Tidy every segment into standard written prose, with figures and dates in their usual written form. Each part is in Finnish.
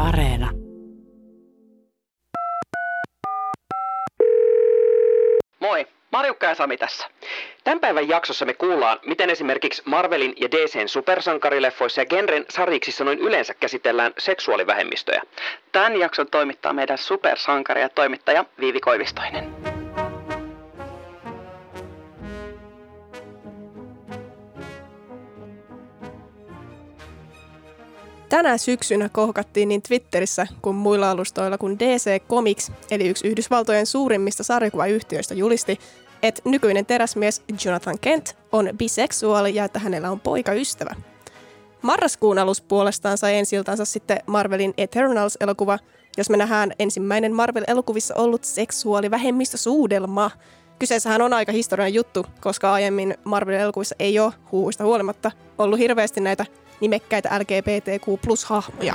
Areena. Moi, Marjukka ja Sami tässä. Tämän päivän jaksossa me kuullaan, miten esimerkiksi Marvelin ja DC:n supersankarileffoissa ja genren sarjiksissa noin yleensä käsitellään seksuaalivähemmistöjä. Tämän jakson toimittaa meidän supersankari ja toimittaja Viivi Koivistoinen. Tänä syksynä kohkattiin niin Twitterissä kuin muilla alustoilla, kun DC Comics, eli yksi Yhdysvaltojen suurimmista sarjakuvayhtiöistä, julisti, että nykyinen teräsmies Jonathan Kent on biseksuaali ja että hänellä on poikaystävä. Marraskuun alussa puolestaan sai ensi-iltansa sitten Marvelin Eternals-elokuva, jos me nähdään ensimmäinen Marvel-elokuvissa ollut seksuaalivähemmistösuudelma. Kyseessähän on aika historiallinen juttu, koska aiemmin Marvel-elokuvissa ei ole huhuista huolimatta ollut hirveästi näitä nimekkäitä LGBTQ+-hahmoja.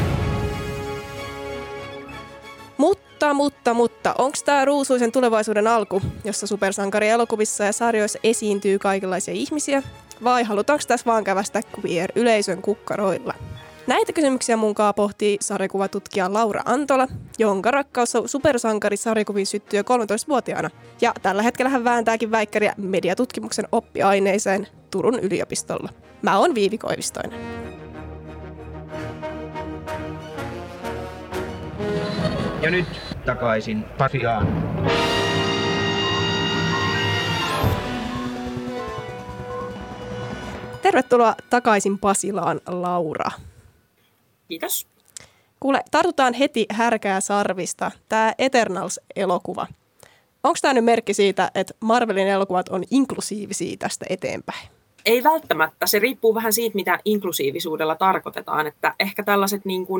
Mutta, onko tämä ruusuisen tulevaisuuden alku, jossa supersankarielokuvissa ja sarjoissa esiintyy kaikenlaisia ihmisiä, vai halutaanko tässä vaan kävästä queer-yleisön kukkaroilla? Näitä kysymyksiä munkaan pohtii sarjakuvatutkija Laura Antola, jonka rakkaus supersankarisarjakuviin syttyi jo 13-vuotiaana. Ja tällä hetkellä hän vääntääkin väikkäriä mediatutkimuksen oppiaineeseen Turun yliopistolla. Mä oon Viivi Koivistoinen. Ja nyt takaisin Pasiaan. Tervetuloa takaisin Pasilaan, Laura. Kiitos. Kuule, tartutaan heti härkää sarvista. Tämä Eternals-elokuva. Onko tämä nyt merkki siitä, että Marvelin elokuvat on inklusiivisia tästä eteenpäin? Ei välttämättä. Se riippuu vähän siitä, mitä inklusiivisuudella tarkoitetaan. Että ehkä tällaiset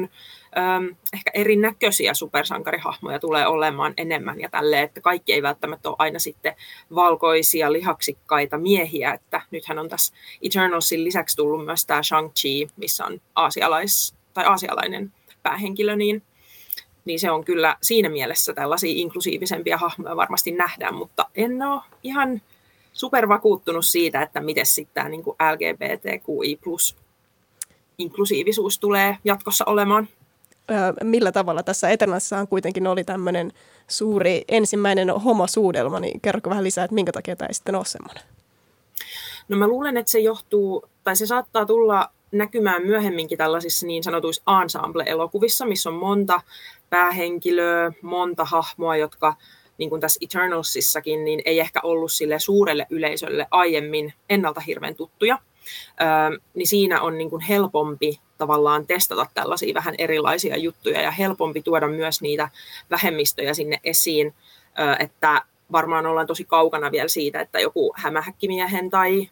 ehkä erinäköisiä supersankarihahmoja tulee olemaan enemmän ja tälleen, että kaikki ei välttämättä ole aina sitten valkoisia, lihaksikkaita miehiä. Että nythän on tässä Eternalsin lisäksi tullut myös tämä Shang-Chi, missä on aasialainen päähenkilö, niin se on kyllä siinä mielessä tällaisia inklusiivisempia hahmoja varmasti nähdään, mutta en ole ihan supervakuuttunut siitä, että miten sitten tämä niin kuin LGBTQI+ inklusiivisuus tulee jatkossa olemaan. Millä tavalla tässä Eternalssahan kuitenkin oli tämmöinen suuri ensimmäinen homosuudelma, niin kerrotko vähän lisää, että minkä takia tämä ei sitten ole semmoinen? No mä luulen, että se johtuu, tai se saattaa tulla näkymään myöhemminkin tällaisissa niin sanotuissa ensemble-elokuvissa, missä on monta päähenkilöä, monta hahmoa, jotka niin kuin tässä Eternalsissakin, niin ei ehkä ollut sille suurelle yleisölle aiemmin ennalta hirveän tuttuja. Niin siinä on niin kuin helpompi tavallaan testata tällaisia vähän erilaisia juttuja ja helpompi tuoda myös niitä vähemmistöjä sinne esiin, että varmaan ollaan tosi kaukana vielä siitä, että joku hämähäkkimiehen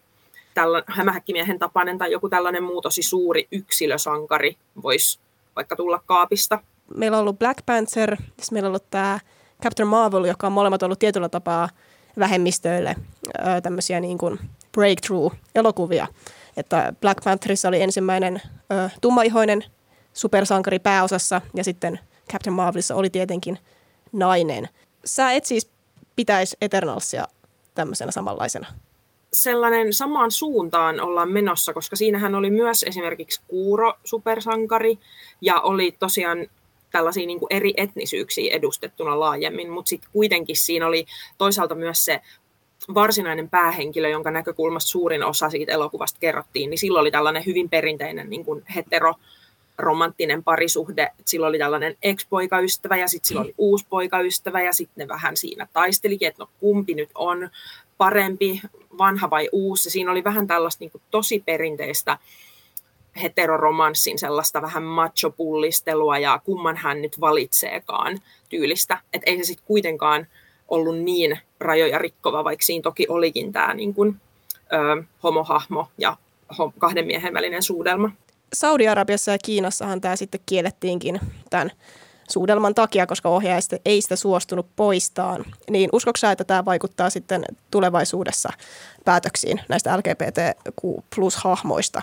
tapainen tai joku tällainen muu tosi suuri yksilösankari voisi vaikka tulla kaapista. Meillä on ollut Black Panther, meillä on ollut tämä Captain Marvel, joka on molemmat ollut tietyllä tapaa vähemmistöille tämmöisiä niin kuin breakthrough-elokuvia. Että Black Pantherissa oli ensimmäinen tummaihoinen supersankari pääosassa ja sitten Captain Marvelissa oli tietenkin nainen. Sä et siis pitäisi Eternalsia tämmöisenä samanlaisena? Sellainen samaan suuntaan ollaan menossa, koska siinähän oli myös esimerkiksi kuuro-supersankari ja oli tosiaan tällaisia niin kuin eri etnisyyksiä edustettuna laajemmin, mutta sitten kuitenkin siinä oli toisaalta myös se varsinainen päähenkilö, jonka näkökulmasta suurin osa siitä elokuvasta kerrottiin, niin silloin oli tällainen hyvin perinteinen niin kuin heteroromanttinen parisuhde. Silloin oli tällainen ex-poikaystävä ja sitten silloin oli uusi poikaystävä ja sitten ne vähän siinä taistelikin, että no kumpi nyt on parempi, vanha vai uusi. Ja siinä oli vähän tällaista niin kuin tosi perinteistä heteroromanssin sellaista vähän machopullistelua ja kumman hän nyt valitseekaan tyylistä. Että ei se sitten kuitenkaan ollut niin rajoja rikkova, vaikka siinä toki olikin tämä niin kuin, homohahmo ja kahden miehen välinen suudelma. Saudi-Arabiassa ja Kiinassahan tämä sitten kiellettiinkin tämän suudelman takia, koska ohjaaja ei sitä suostunut poistamaan. Niin uskotko sä, että tämä vaikuttaa sitten tulevaisuudessa päätöksiin näistä LGBTQ+-hahmoista?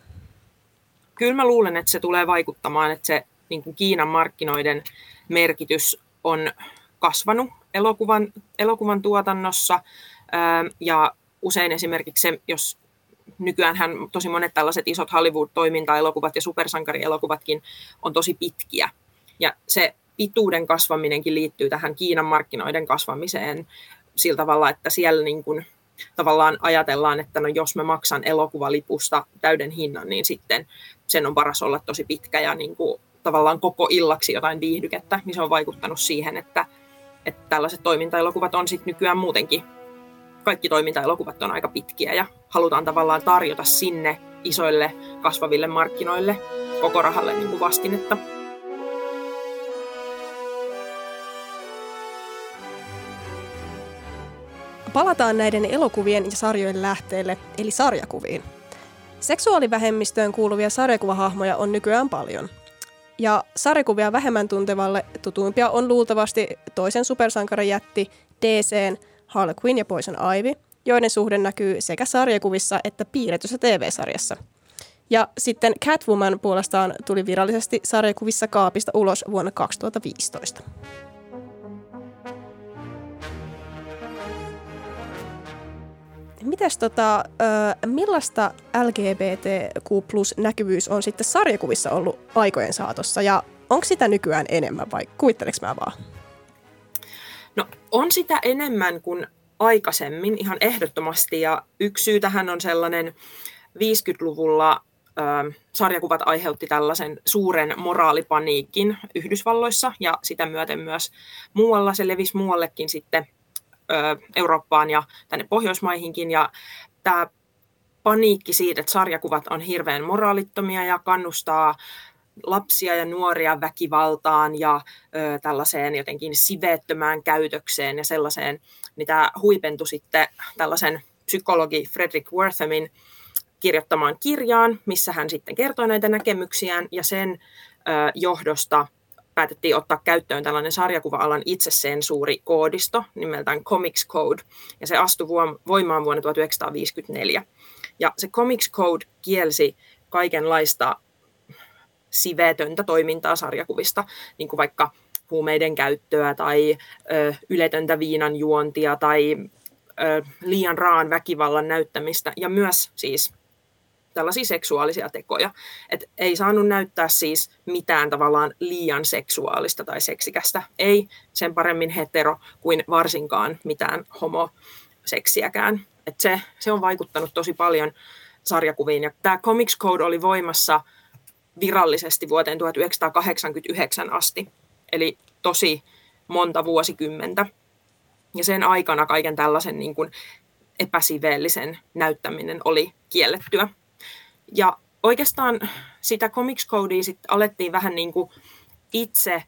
Kyllä mä luulen, että se tulee vaikuttamaan, että se niin kuin Kiinan markkinoiden merkitys on kasvanut elokuvan tuotannossa. Ja usein esimerkiksi se, jos nykyäänhän tosi monet tällaiset isot Hollywood-toimintaelokuvat ja supersankarielokuvatkin on tosi pitkiä. Ja se pituuden kasvaminenkin liittyy tähän Kiinan markkinoiden kasvamiseen sillä tavalla, että siellä niin kuin tavallaan ajatellaan, että no jos mä maksan elokuvalipusta täyden hinnan, niin sitten sen on paras olla tosi pitkä ja niin kuin tavallaan koko illaksi jotain viihdykettä, niin se on vaikuttanut siihen, että tällaiset toimintaelokuvat on sitten nykyään muutenkin, kaikki toimintaelokuvat on aika pitkiä ja halutaan tavallaan tarjota sinne isoille kasvaville markkinoille koko rahalle niin kuin vastinetta. Palataan näiden elokuvien ja sarjojen lähteelle, eli sarjakuviin. Seksuaalivähemmistöön kuuluvia sarjakuvahahmoja on nykyään paljon. Ja sarjakuvia vähemmän tuntevalle tutuimpia on luultavasti toisen supersankarijätti DC:n Harley Quinn ja Poison Ivy, joiden suhde näkyy sekä sarjakuvissa että piirretyssä TV-sarjassa. Ja sitten Catwoman puolestaan tuli virallisesti sarjakuvissa kaapista ulos vuonna 2015. Mites millaista LGBTQ+-näkyvyys on sitten sarjakuvissa ollut aikojen saatossa ja onko sitä nykyään enemmän vai kuvitteleks mä vaan? No on sitä enemmän kuin aikaisemmin ihan ehdottomasti ja yksi syy tähän on sellainen 50-luvulla sarjakuvat aiheutti tällaisen suuren moraalipaniikin Yhdysvalloissa ja sitä myöten myös muualla. Se levisi muuallekin sitten Eurooppaan ja tänne Pohjoismaihinkin. Ja tämä paniikki siitä, että sarjakuvat on hirveän moraalittomia ja kannustaa lapsia ja nuoria väkivaltaan ja tällaiseen jotenkin siveettömään käytökseen ja sellaiseen, mitä huipentui sitten tällaisen psykologi Frederick Werthamin kirjoittamaan kirjaan, missä hän sitten kertoi näitä näkemyksiään ja sen johdosta päätettiin ottaa käyttöön tällainen sarjakuva-alan itsesensuuri koodisto nimeltään Comics Code, ja se astui voimaan vuonna 1954. Ja se Comics Code kielsi kaikenlaista siveetöntä toimintaa sarjakuvista, niin kuin vaikka huumeiden käyttöä tai yletöntä viinan juontia tai liian raan väkivallan näyttämistä, ja myös siis tällaisia seksuaalisia tekoja. Et ei saanut näyttää siis mitään tavallaan liian seksuaalista tai seksikästä. Ei sen paremmin hetero kuin varsinkaan mitään homoseksiäkään. Et se on vaikuttanut tosi paljon sarjakuviin. Ja tämä Comics Code oli voimassa virallisesti vuoteen 1989 asti. Eli tosi monta vuosikymmentä. Ja sen aikana kaiken tällaisen niin kuin epäsiveellisen näyttäminen oli kiellettyä. Ja oikeastaan sitä Comics Codea sitten alettiin vähän niin kuin itse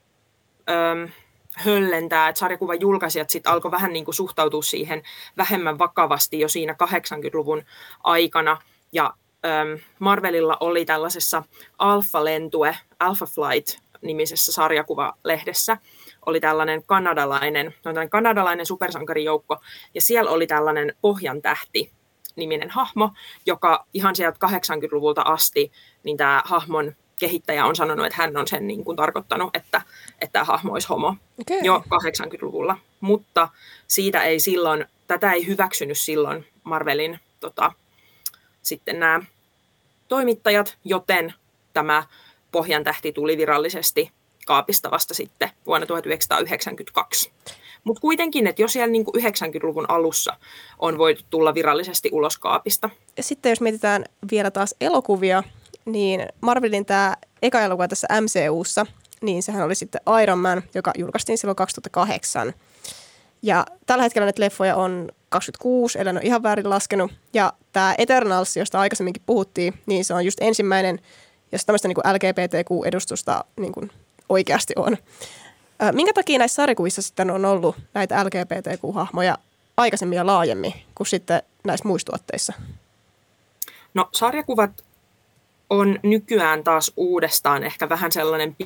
höllentää, että sarjakuvan julkaisijat sitten alkoi vähän niin kuin suhtautua siihen vähemmän vakavasti jo siinä 80-luvun aikana. Ja Marvelilla oli tällaisessa Alpha-lentue, Alpha Flight-nimisessä sarjakuvalehdessä, oli tällainen kanadalainen supersankarijoukko, ja siellä oli tällainen Pohjantähti niminen hahmo, joka ihan sieltä 80-luvulta asti, niin tämä hahmon kehittäjä on sanonut, että hän on sen niin kuin tarkoittanut, että tämä hahmo olisi homo jo 80-luvulla. Mutta siitä ei silloin, tätä ei hyväksynyt silloin Marvelin sitten nämä toimittajat, joten tämä Pohjantähti tuli virallisesti kaapista vasta sitten vuonna 1992. Mutta kuitenkin, että jo siellä niin kuin 90-luvun alussa on voitu tulla virallisesti ulos kaapista. Ja sitten jos mietitään vielä taas elokuvia, niin Marvelin tämä eka elokuva tässä MCU:ssa, niin sehän oli sitten Iron Man, joka julkaistiin silloin 2008. Ja tällä hetkellä näitä leffoja on 26, eli en ole ihan väärin laskenut. Ja tämä Eternals, josta aikaisemminkin puhuttiin, niin se on just ensimmäinen, jos tämmöistä niin kuin LGBTQ-edustusta niin kuin oikeasti on. Minkä takia näissä sarjakuvissa sitten on ollut näitä LGBTQ-hahmoja aikaisemmin ja laajemmin kuin sitten näissä muissa tuotteissa? No sarjakuvat on nykyään taas uudestaan ehkä vähän sellainen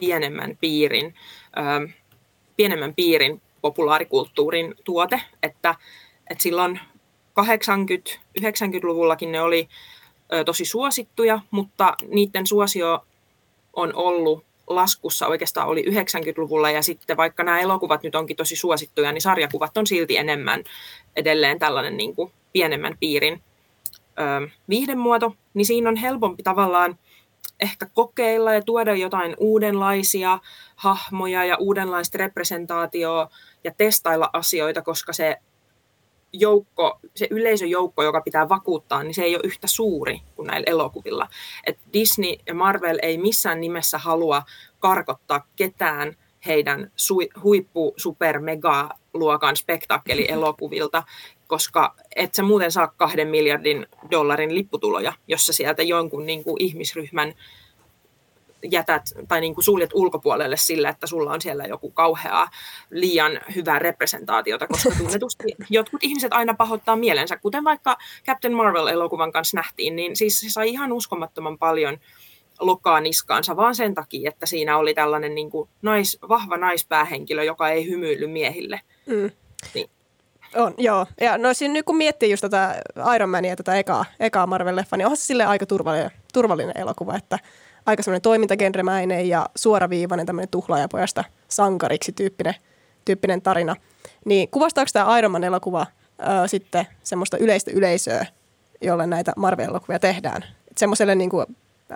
pienemmän piirin populaarikulttuurin tuote, että silloin 80-90-luvullakin ne oli tosi suosittuja, mutta niiden suosio on ollut laskussa oikeastaan oli 90-luvulla, ja sitten vaikka nämä elokuvat nyt onkin tosi suosittuja, niin sarjakuvat on silti enemmän edelleen tällainen niin kuin pienemmän piirin viihdemuoto, niin siinä on helpompi tavallaan ehkä kokeilla ja tuoda jotain uudenlaisia hahmoja ja uudenlaista representaatioa ja testailla asioita, koska se yleisöjoukko, joka pitää vakuuttaa, niin se ei ole yhtä suuri kuin näillä elokuvilla. Et Disney ja Marvel ei missään nimessä halua karkottaa ketään heidän huippu super mega luokan spektaakkeli-elokuvilta, koska et sä muuten saa $2 miljardin lipputuloja, jos sä sieltä jonkun niin kuin ihmisryhmän jätät tai niin kuin suljet ulkopuolelle sillä, että sulla on siellä joku kauheaa liian hyvää representaatiota, koska tunnetusti jotkut ihmiset aina pahoittaa mielensä, kuten vaikka Captain Marvel-elokuvan kanssa nähtiin, niin siis se sai ihan uskomattoman paljon lokaa niskaansa vaan sen takia, että siinä oli tällainen niin kuin vahva naispäähenkilö, joka ei hymyilly miehille. Niin. On, joo. Ja no siinä nyt kun miettii just tätä Iron Mania, tätä ekaa Marvel-leffa, niin onhan se silleen aika turvallinen elokuva, että aika semmoinen toimintagenremäinen ja suoraviivainen tämmöinen tuhlaajapojasta sankariksi tyyppinen tarina. Niin kuvastaako tämä Iron Man-elokuva sitten semmoista yleistä yleisöä, jolle näitä Marvel-elokuvia tehdään? Semmoiselle niin kuin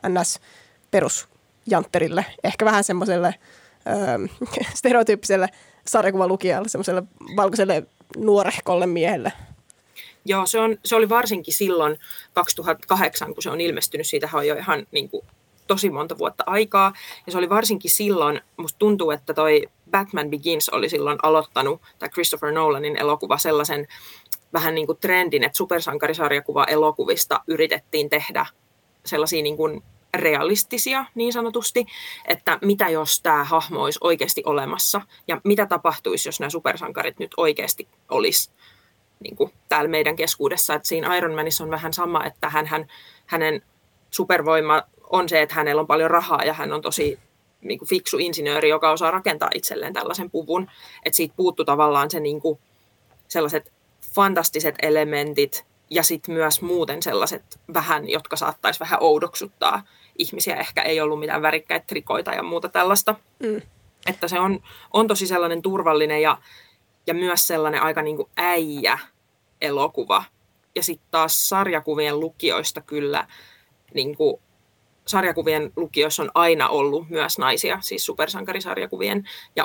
NS-perusjantterille, ehkä vähän semmoiselle stereotyyppiselle sarjakuvalukijalle, semmoiselle valkoiselle nuorehkolle miehelle. Joo, se oli varsinkin silloin 2008, kun se on ilmestynyt. Siitähän on jo ihan niin kuin tosi monta vuotta aikaa. Ja se oli varsinkin silloin, musta tuntuu, että toi Batman Begins oli silloin aloittanut, tai Christopher Nolanin elokuva, sellaisen vähän niin kuin trendin, että supersankarisarjakuva-elokuvista yritettiin tehdä sellaisia niin kuin realistisia niin sanotusti, että mitä jos tämä hahmo olisi oikeasti olemassa ja mitä tapahtuisi, jos nämä supersankarit nyt oikeasti olisi niin kuin täällä meidän keskuudessa. Että siinä Iron Manissa on vähän sama, että hänen supervoima on se, että hänellä on paljon rahaa ja hän on tosi niin kuin fiksu insinööri, joka osaa rakentaa itselleen tällaisen puvun. Että siitä puuttuu tavallaan se niin kuin sellaiset fantastiset elementit ja sitten myös muuten sellaiset vähän, jotka saattaisi vähän oudoksuttaa ihmisiä. Ehkä ei ollut mitään värikkäitä trikoita ja muuta tällaista. Että se on tosi sellainen turvallinen ja myös sellainen aika niin kuin äijä-elokuva. Ja sitten taas sarjakuvien lukijoista kyllä, niin kuin sarjakuvien lukijoissa on aina ollut myös naisia, siis supersankarisarjakuvien, ja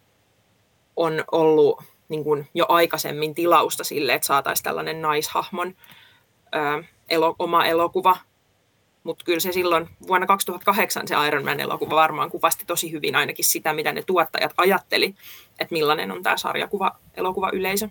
on ollut niin kuin jo aikaisemmin tilausta sille, että saataisiin tällainen naishahmon oma elokuva. Mutta kyllä se silloin vuonna 2008 se Iron Man-elokuva varmaan kuvasti tosi hyvin ainakin sitä, mitä ne tuottajat ajatteli, että millainen on tämä sarjakuva-elokuva-yleisö.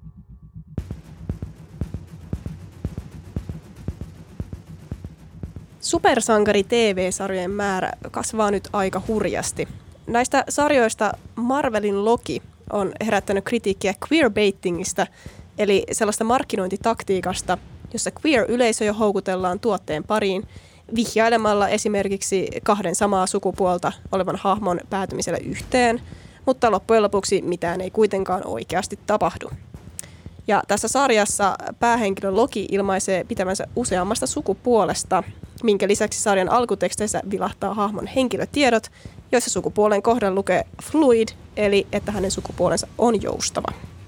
Supersankari-TV-sarjojen määrä kasvaa nyt aika hurjasti. Näistä sarjoista Marvelin Loki on herättänyt kritiikkiä queerbaitingista, eli sellaista markkinointitaktiikasta, jossa queer-yleisö jo houkutellaan tuotteen pariin vihjailemalla esimerkiksi kahden samaa sukupuolta olevan hahmon päätymiselle yhteen, mutta loppujen lopuksi mitään ei kuitenkaan oikeasti tapahdu. Ja tässä sarjassa päähenkilö Loki ilmaisee pitävänsä useammasta sukupuolesta, minkä lisäksi sarjan alkuteksteissä vilahtaa hahmon henkilötiedot, joissa sukupuolen kohdalla lukee fluid, eli että hänen sukupuolensa on joustava.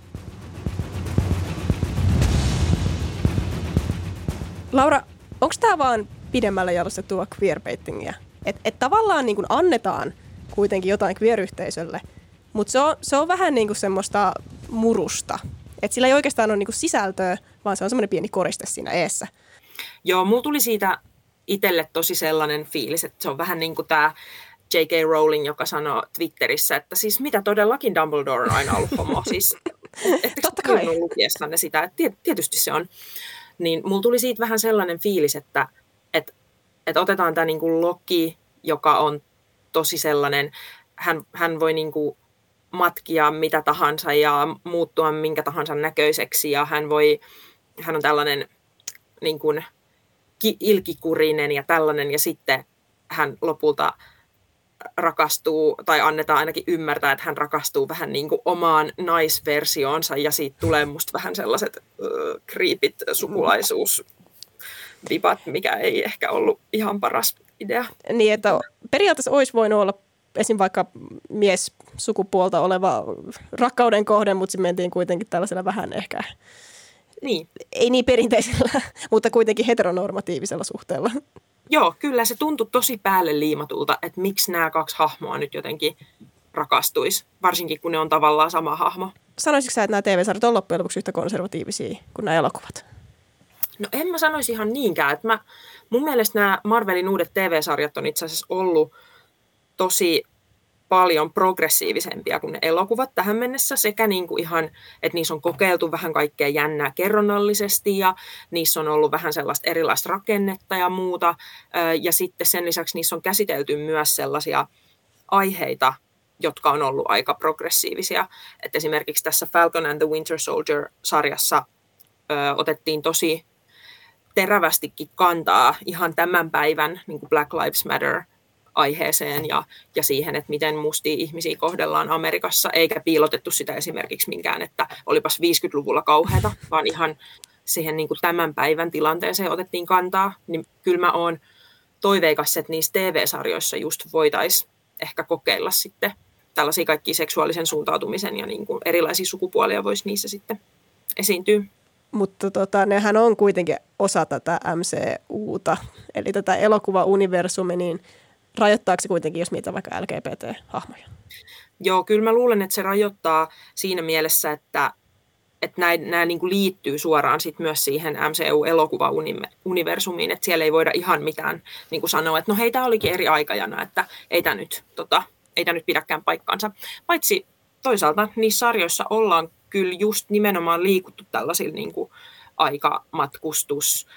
Laura, onko tämä vaan pidemmälle jalostettua queerbaitingia? Että tavallaan niin kuin annetaan kuitenkin jotain queer-yhteisölle, mutta se on vähän niin kuin semmoista murusta. Että sillä ei oikeastaan ole niin kuin sisältöä, vaan se on semmoinen pieni koriste siinä eessä. Joo, mulla tuli siitä itselle tosi sellainen fiilis, että se on vähän niin kuin tämä J.K. Rowling, joka sanoi Twitterissä, että siis mitä todellakin Dumbledore on aina ollut homo. Siis, totta kai. Lukiessanne sitä, että tietysti se on. Niin mulla tuli siitä vähän sellainen fiilis, että otetaan tämä niin kuin Loki, joka on tosi sellainen, hän voi niin kuin matkia mitä tahansa ja muuttua minkä tahansa näköiseksi ja hän on tällainen niin kuin ilkikurinen ja tällainen ja sitten hän lopulta rakastuu tai annetaan ainakin ymmärtää, että hän rakastuu vähän niin kuin omaan naisversioonsa ja siitä tulee musta vähän sellaiset creepit sukulaisuusvibat, mikä ei ehkä ollut ihan paras idea. Niin, että periaatteessa olisi voinut olla esim. Vaikka miessukupuolta oleva rakkauden kohde, mutta se mentiin kuitenkin tällaisella vähän ehkä Niin. Ei niin perinteisellä, mutta kuitenkin heteronormatiivisella suhteella. Joo, kyllä se tuntui tosi päälle liimatulta, että miksi nämä kaksi hahmoa nyt jotenkin rakastuisi, varsinkin kun ne on tavallaan sama hahmo. Sanoisitko sä, että nämä TV-sarjat on loppujen lopuksi yhtä konservatiivisia kuin nämä elokuvat? No en mä sanoisi ihan niinkään. Että mun mielestä nämä Marvelin uudet TV-sarjat on itse asiassa ollut tosi paljon progressiivisempia kuin ne elokuvat tähän mennessä. Sekä niinku ihan, että niissä on kokeiltu vähän kaikkea jännää kerronnallisesti ja niissä on ollut vähän sellaista erilaista rakennetta ja muuta. Ja sitten sen lisäksi niissä on käsitelty myös sellaisia aiheita, jotka on ollut aika progressiivisia. Et esimerkiksi tässä Falcon and the Winter Soldier-sarjassa otettiin tosi terävästikin kantaa ihan tämän päivän niin kuin Black Lives Matter-aiheeseen ja siihen, että miten mustia ihmisiä kohdellaan Amerikassa, eikä piilotettu sitä esimerkiksi minkään, että olipas 50-luvulla kauheata, vaan ihan siihen niin kuin tämän päivän tilanteeseen otettiin kantaa. Niin kyllä mä oon toiveikas, että niissä TV-sarjoissa just voitaisiin ehkä kokeilla sitten tällaisia kaikkia seksuaalisen suuntautumisen ja niin kuin erilaisia sukupuolia voisi niissä sitten esiintyä. Mutta nehän on kuitenkin osa tätä MCUta, eli tätä elokuva-universumia, niin rajoittaako se kuitenkin, jos mietitään vaikka LGBT-hahmoja? Joo, kyllä mä luulen, että se rajoittaa siinä mielessä, että nämä niin kuin liittyy suoraan sit myös siihen MCU-elokuva-universumiin, että siellä ei voida ihan mitään niin kuin sanoa, että no hei, tämä olikin eri aikajana, että ei tämä nyt pidäkään paikkaansa. Paitsi toisaalta niissä sarjoissa ollaan kyllä just nimenomaan liikuttu tällaisilla niin kuin aikamatkustus,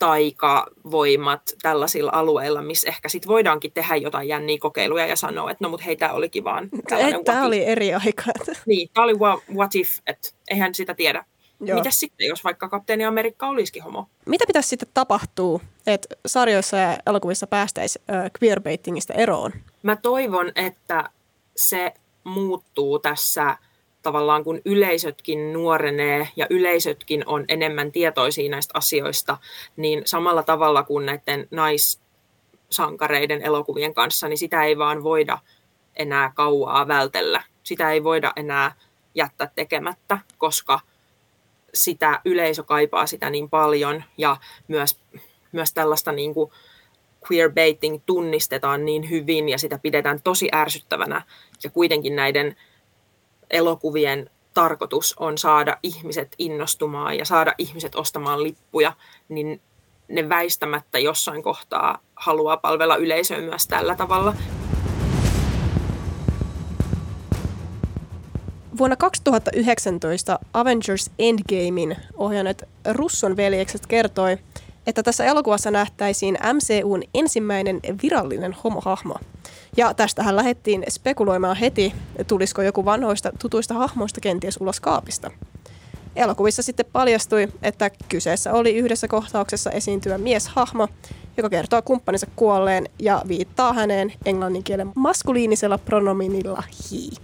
taikavoimat tällaisilla alueilla, missä ehkä sit voidaankin tehdä jotain jänniä kokeiluja ja sanoa, että no mut hei, tämä olikin vaan tällainen tämä oli eri aika. Niin, tämä oli what if, että eihän sitä tiedä. Mitäs sitten, jos vaikka Kapteeni Amerikka olisikin homo? Mitä pitäisi sitten tapahtua, että sarjoissa ja elokuvissa päästäisiin queerbaitingista eroon? Mä toivon, että se muuttuu tässä tavallaan, kun yleisötkin nuorenee ja yleisötkin on enemmän tietoisia näistä asioista, niin samalla tavalla kuin näiden naissankareiden elokuvien kanssa, niin sitä ei vaan voida enää kauaa vältellä. Sitä ei voida enää jättää tekemättä, koska sitä yleisö kaipaa sitä niin paljon ja myös tällaista niin kuin queerbaiting tunnistetaan niin hyvin ja sitä pidetään tosi ärsyttävänä ja kuitenkin näiden elokuvien tarkoitus on saada ihmiset innostumaan ja saada ihmiset ostamaan lippuja, niin ne väistämättä jossain kohtaa haluaa palvella yleisöä myös tällä tavalla. Vuonna 2019 Avengers Endgamein ohjanneet Russon veljekset kertoi, että tässä elokuvassa nähtäisiin MCUn ensimmäinen virallinen homohahmo. Ja tästähän lähdettiin spekuloimaan heti, tulisiko joku vanhoista tutuista hahmoista kenties ulos kaapista. Elokuvissa sitten paljastui, että kyseessä oli yhdessä kohtauksessa esiintyvä mieshahmo, joka kertoo kumppaninsa kuolleen ja viittaa häneen englannin kielen maskuliinisella pronominilla he.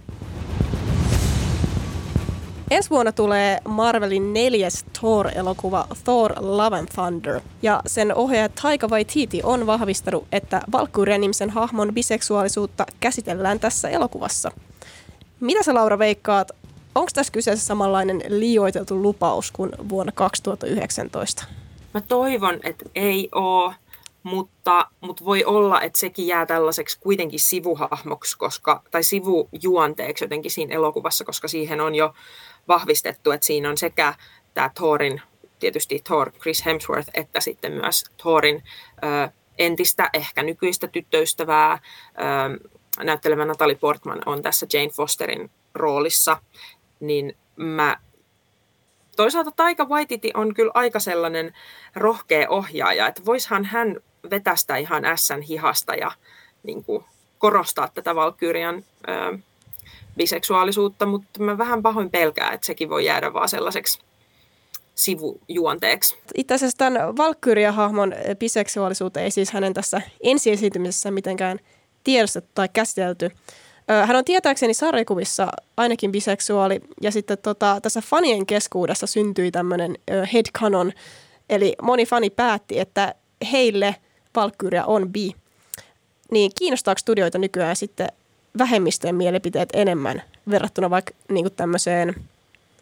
Ensi vuonna tulee Marvelin 4. Thor-elokuva Thor Love and Thunder. Ja sen ohjaaja Taika Waititi on vahvistanut, että Valkyria-nimisen hahmon biseksuaalisuutta käsitellään tässä elokuvassa. Mitä sä, Laura, veikkaat? Onko tässä kyseessä samanlainen liioiteltu lupaus kuin vuonna 2019? Mä toivon, että ei ole, mutta voi olla, että sekin jää tällaiseksi kuitenkin sivuhahmoksi, tai sivujuonteeksi jotenkin siinä elokuvassa, koska siihen on jo vahvistettu, että siinä on sekä tämä Thorin, tietysti Thor Chris Hemsworth, että sitten myös Thorin entistä, ehkä nykyistä tyttöystävää. Näyttelevä Natalie Portman on tässä Jane Fosterin roolissa, niin toisaalta Taika Waititi on kyllä aika sellainen rohkea ohjaaja, että voishan hän vetästä ihan ässän hihasta ja niin kuin korostaa tätä Valkyrian biseksuaalisuutta, mutta mä vähän pahoin pelkään, että sekin voi jäädä vaan sellaiseksi sivujuonteeksi. Itse asiassa tämän Valkyria-hahmon biseksuaalisuutta ei siis hänen tässä ensiesiintymisessä mitenkään tiedostettu tai käsitelty. Hän on tietääkseni sarjakuvissa ainakin biseksuaali, ja sitten tässä fanien keskuudessa syntyi tämmöinen headcanon, eli moni fani päätti, että heille Valkyria on bi. Niin kiinnostaako studioita nykyään sitten vähemmistöjen mielipiteet enemmän verrattuna vaikka niin kuin tämmöiseen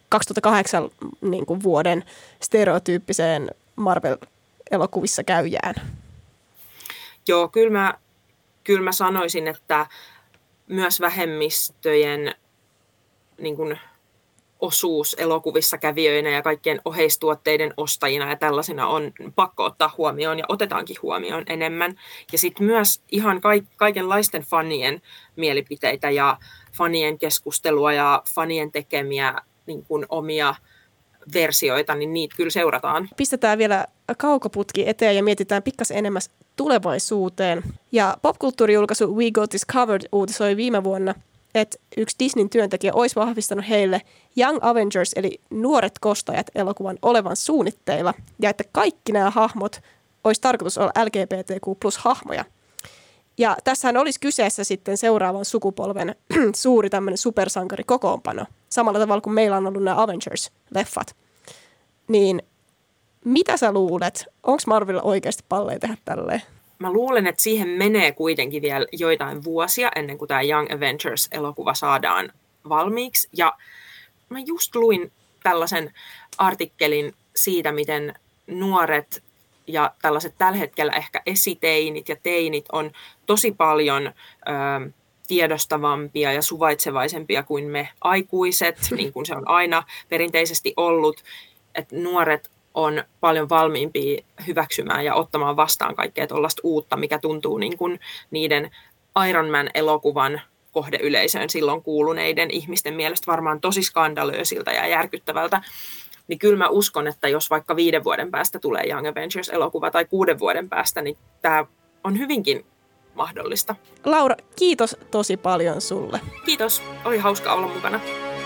2008 niin kuin vuoden stereotyyppiseen Marvel-elokuvissa käyjään? Joo, kyllä mä sanoisin, että myös vähemmistöjen niin kuin osuus elokuvissa kävijöinä ja kaikkien oheistuotteiden ostajina ja tällaisena on pakko ottaa huomioon ja otetaankin huomioon enemmän. Ja sitten myös ihan kaikenlaisten fanien mielipiteitä ja fanien keskustelua ja fanien tekemiä niin kuin omia versioita, niin niitä kyllä seurataan. Pistetään vielä kaukoputki eteen ja mietitään pikkasen enemmän tulevaisuuteen. Ja popkulttuurijulkaisu We Got This Covered uutisoi viime vuonna, että yksi Disneyn työntekijä olisi vahvistanut heille Young Avengers, eli nuoret kostajat elokuvan olevan suunnitteilla, ja että kaikki nämä hahmot olisi tarkoitus olla LGBTQ+-hahmoja. Ja tässähän olisi kyseessä sitten seuraavan sukupolven suuri tämmöinen supersankarikokoonpano, samalla tavalla kuin meillä on ollut nämä Avengers-leffat. Niin mitä sä luulet? Onko Marvel oikeasti palleja tehdä tälleen? Mä luulen, että siihen menee kuitenkin vielä joitain vuosia ennen kuin tämä Young Avengers-elokuva saadaan valmiiksi. Ja mä just luin tällaisen artikkelin siitä, miten nuoret ja tällaiset tällä hetkellä ehkä esiteinit ja teinit on tosi paljon tiedostavampia ja suvaitsevaisempia kuin me aikuiset, niin kuin se on aina perinteisesti ollut, että nuoret on paljon valmiimpia hyväksymään ja ottamaan vastaan kaikkea tuollaista uutta, mikä tuntuu niin kuin niiden Iron Man-elokuvan kohdeyleisöön silloin kuuluneiden ihmisten mielestä varmaan tosi skandalöösiltä ja järkyttävältä. Niin kyllä mä uskon, että jos vaikka 5 vuoden päästä tulee Young Avengers-elokuva tai 6 vuoden päästä, niin tämä on hyvinkin mahdollista. Laura, kiitos tosi paljon sulle. Kiitos, oli hauska olla mukana.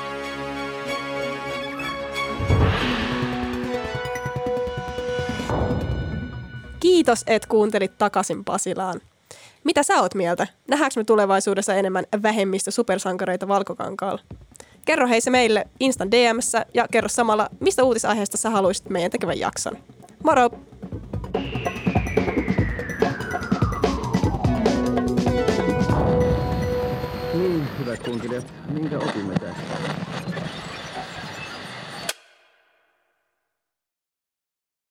Kiitos, että kuuntelit takaisin Pasilaan. Mitä sä oot mieltä? Nähdäänkö me tulevaisuudessa enemmän vähemmistö-supersankareita Valkokankaalla? Kerro hei se meille Instan DM:ssä ja kerro samalla, mistä uutisaiheesta sä haluaisit meidän tekevän jakson. Moro! Niin, hyvät kuuntelijat, minkä opimme tästä?